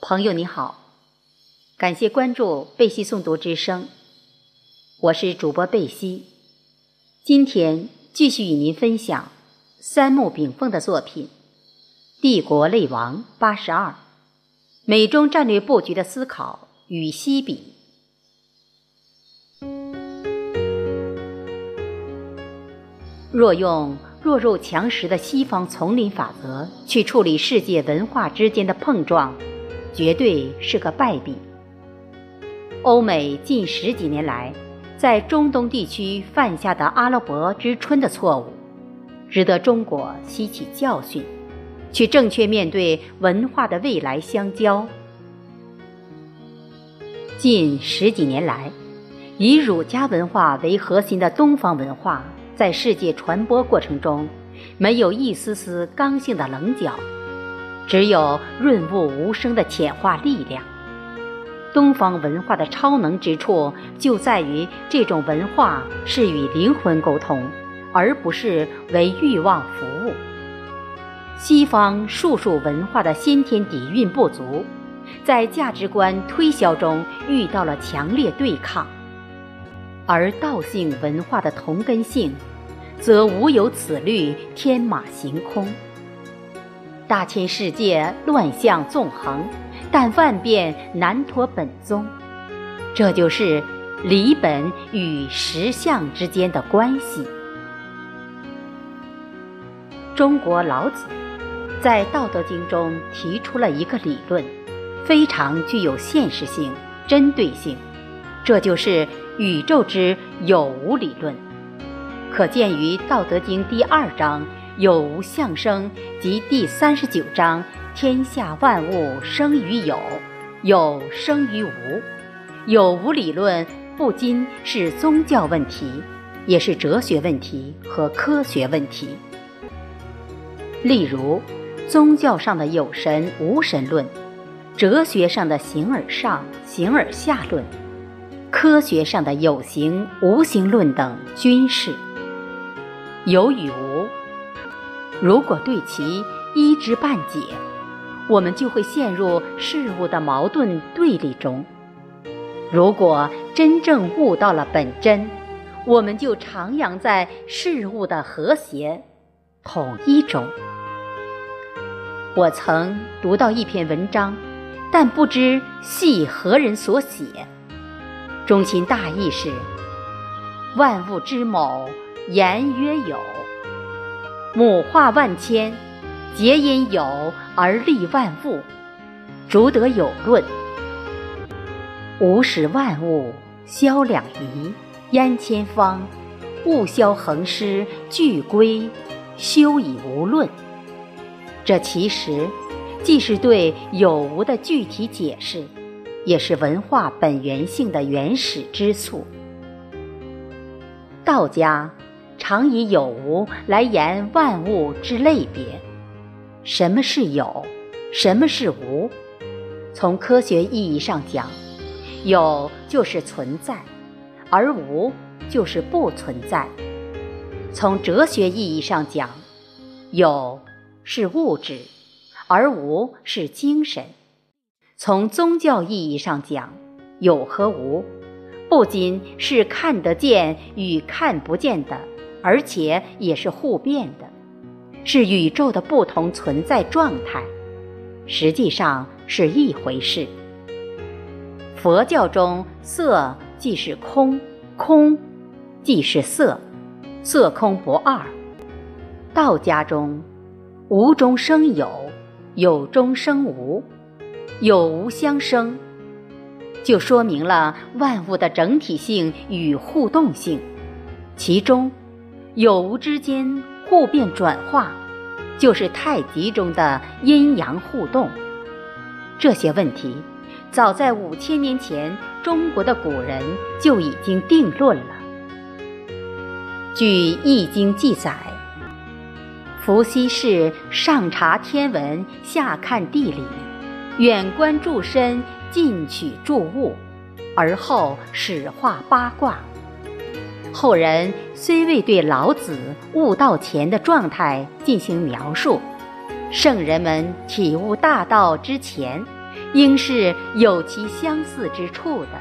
朋友你好，感谢关注贝西诵读之声，我是主播贝西。今天继续与您分享三木炳凤的作品《帝国类王82》，美中战略布局的思考与西比。若用弱肉强食的西方丛林法则去处理世界文化之间的碰撞，绝对是个败笔。欧美近10几年来在中东地区犯下的阿拉伯之春的错误，值得中国吸取教训，去正确面对文化的未来相交。近10几年来，以儒家文化为核心的东方文化在世界传播过程中，没有一丝丝刚性的棱角，只有润物无声的潜化力量。东方文化的超能之处就在于这种文化是与灵魂沟通，而不是为欲望服务。西方术数文化的先天底蕴不足，在价值观推销中遇到了强烈对抗，而道性文化的同根性则无有此虑，天马行空。大千世界乱象纵横，但万变难脱本宗，这就是理本与实相之间的关系。中国老子在《道德经》中提出了一个理论，非常具有现实性、针对性，这就是宇宙之有无理论。可见于《道德经》第2章有无相生及第39章天下万物生于有，有生于无。有无理论不仅是宗教问题，也是哲学问题和科学问题。例如宗教上的有神无神论，哲学上的形而上形而下论，科学上的有形无形论等均是。有与无，如果对其一知半解，我们就会陷入事物的矛盾对立中。如果真正悟到了本真，我们就徜徉在事物的和谐统一中。我曾读到一篇文章，但不知系何人所写，中心大意是：万物之某，言曰有，母化万千，皆因有而立万物，逐得有论。无使万物消两仪，焉千方，物消恒失，俱归，休以无论。这其实既是对有无的具体解释，也是文化本源性的原始之素。道家常以有无来言万物之类别。什么是有？什么是无？从科学意义上讲，有就是存在，而无就是不存在。从哲学意义上讲，有是物质，而无是精神。从宗教意义上讲，有和无不仅是看得见与看不见的，而且也是互变的，是宇宙的不同存在状态，实际上是一回事。佛教中色即是空，空即是色，色空不二。道家中无中生有，有中生无，有无相生，就说明了万物的整体性与互动性，其中有无之间互变转化，就是太极中的阴阳互动。这些问题早在5000年前中国的古人就已经定论了。据《易经》记载，伏羲氏上察天文，下看地理，远观诸身，近取诸物，而后始画八卦。后人虽未对老子悟道前的状态进行描述，圣人们体悟大道之前， 应是有其相似之处的。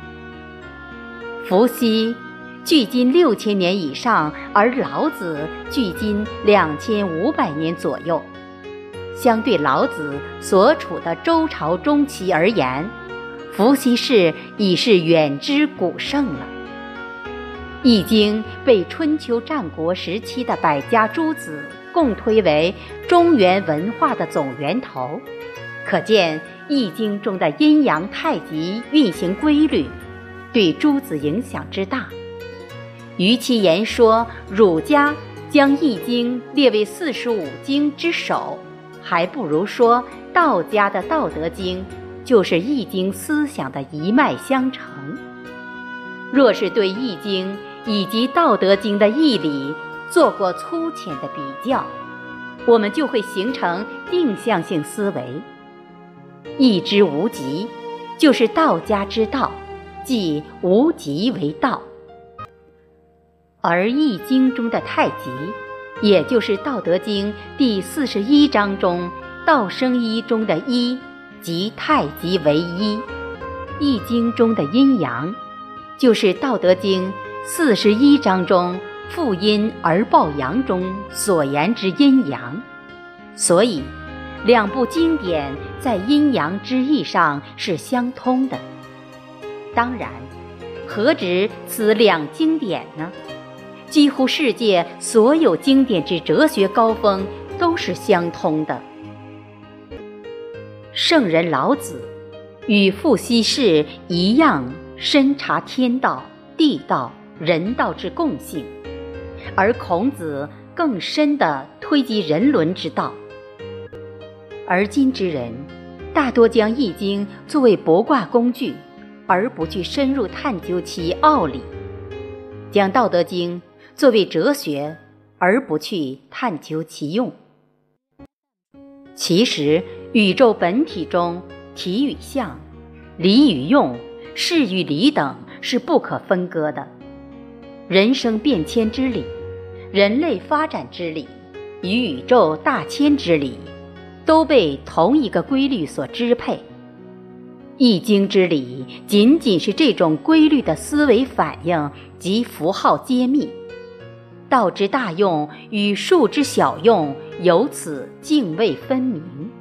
伏羲距今6000年以上，而老子距今2500年左右。相对老子所处的周朝中期而言，伏羲氏已是远之古圣了。易经被春秋战国时期的百家诸子共推为中原文化的总源头，可见易经中的阴阳太极运行规律对诸子影响之大。与其言说儒家将易经列为45经之首，还不如说道家的道德经就是易经思想的一脉相承。若是对易经以及道德经的义理做过粗浅的比较，我们就会形成定向性思维。易之无极，就是道家之道，即无极为道。而易经中的太极，也就是道德经第41章中道生一中的一，即太极为一。易经中的阴阳，就是道德经41章中负阴而抱阳中所言之阴阳。所以两部经典在阴阳之意上是相通的。当然，何止此两经典呢？几乎世界所有经典之哲学高峰都是相通的。圣人老子与伏羲氏一样深察天道、地道、人道之共性，而孔子更深地推及人伦之道。而今之人大多将易经作为卜卦工具，而不去深入探究其奥理，将道德经作为哲学，而不去探究其用。其实宇宙本体中，体与象、理与用、事与理等是不可分割的。人生变迁之理、人类发展之理与宇宙大迁之理，都被同一个规律所支配。易经之理仅仅是这种规律的思维反应及符号揭秘，道之大用与术之小用由此泾渭分明。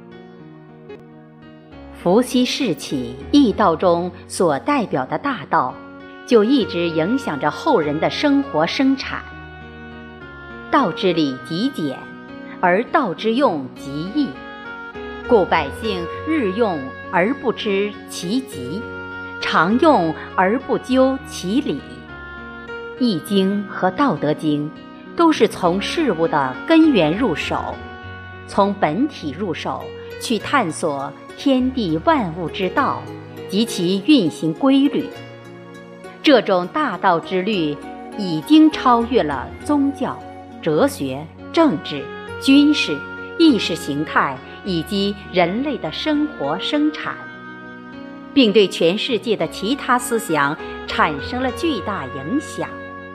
伏羲氏起易道中所代表的大道，就一直影响着后人的生活生产。道之理极简，而道之用极易，故百姓日用而不知其极，常用而不究其理。易经和道德经都是从事物的根源入手，从本体入手，去探索天地万物之道及其运行规律。这种大道之律已经超越了宗教、哲学、政治、军事、意识形态以及人类的生活生产，并对全世界的其他思想产生了巨大影响。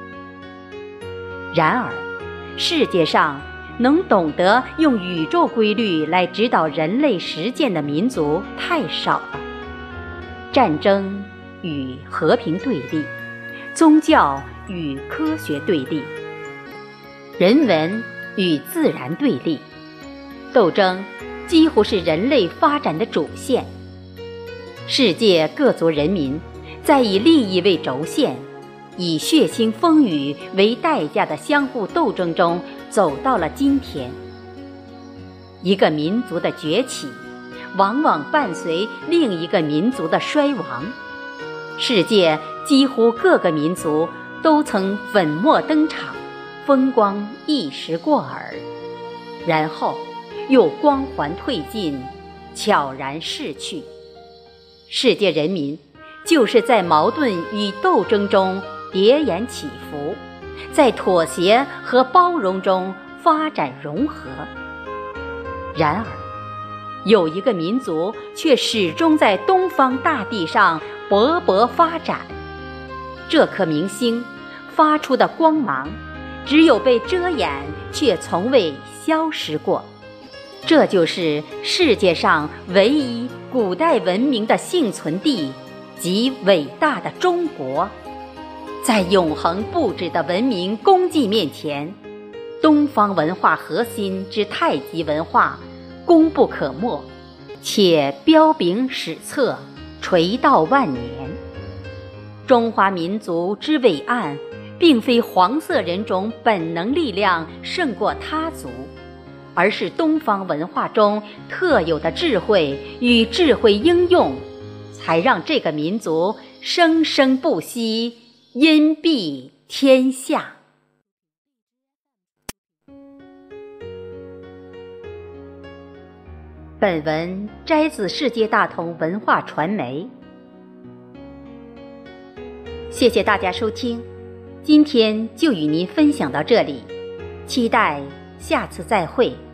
然而，世界上能懂得用宇宙规律来指导人类实践的民族太少了。战争与和平对立，宗教与科学对立，人文与自然对立，斗争几乎是人类发展的主线。世界各族人民在以利益为轴线，以血腥风雨为代价的相互斗争中走到了今天。一个民族的崛起，往往伴随另一个民族的衰亡。世界几乎各个民族都曾粉墨登场，风光一时过耳，然后又光环褪尽，悄然逝去。世界人民就是在矛盾与斗争中跌宕起伏，在妥协和包容中发展融合。然而，有一个民族却始终在东方大地上勃勃发展。这颗明星发出的光芒，只有被遮掩，却从未消失过。这就是世界上唯一古代文明的幸存地及伟大的中国，在永恒不止的文明功绩面前，东方文化核心之太极文化功不可没，且彪炳史册，垂悼万年。中华民族之伟岸，并非黄色人种本能力量胜过他族，而是东方文化中特有的智慧与智慧应用，才让这个民族生生不息，荫蔽天下。本文摘自世界大同文化传媒。谢谢大家收听，今天就与您分享到这里，期待下次再会。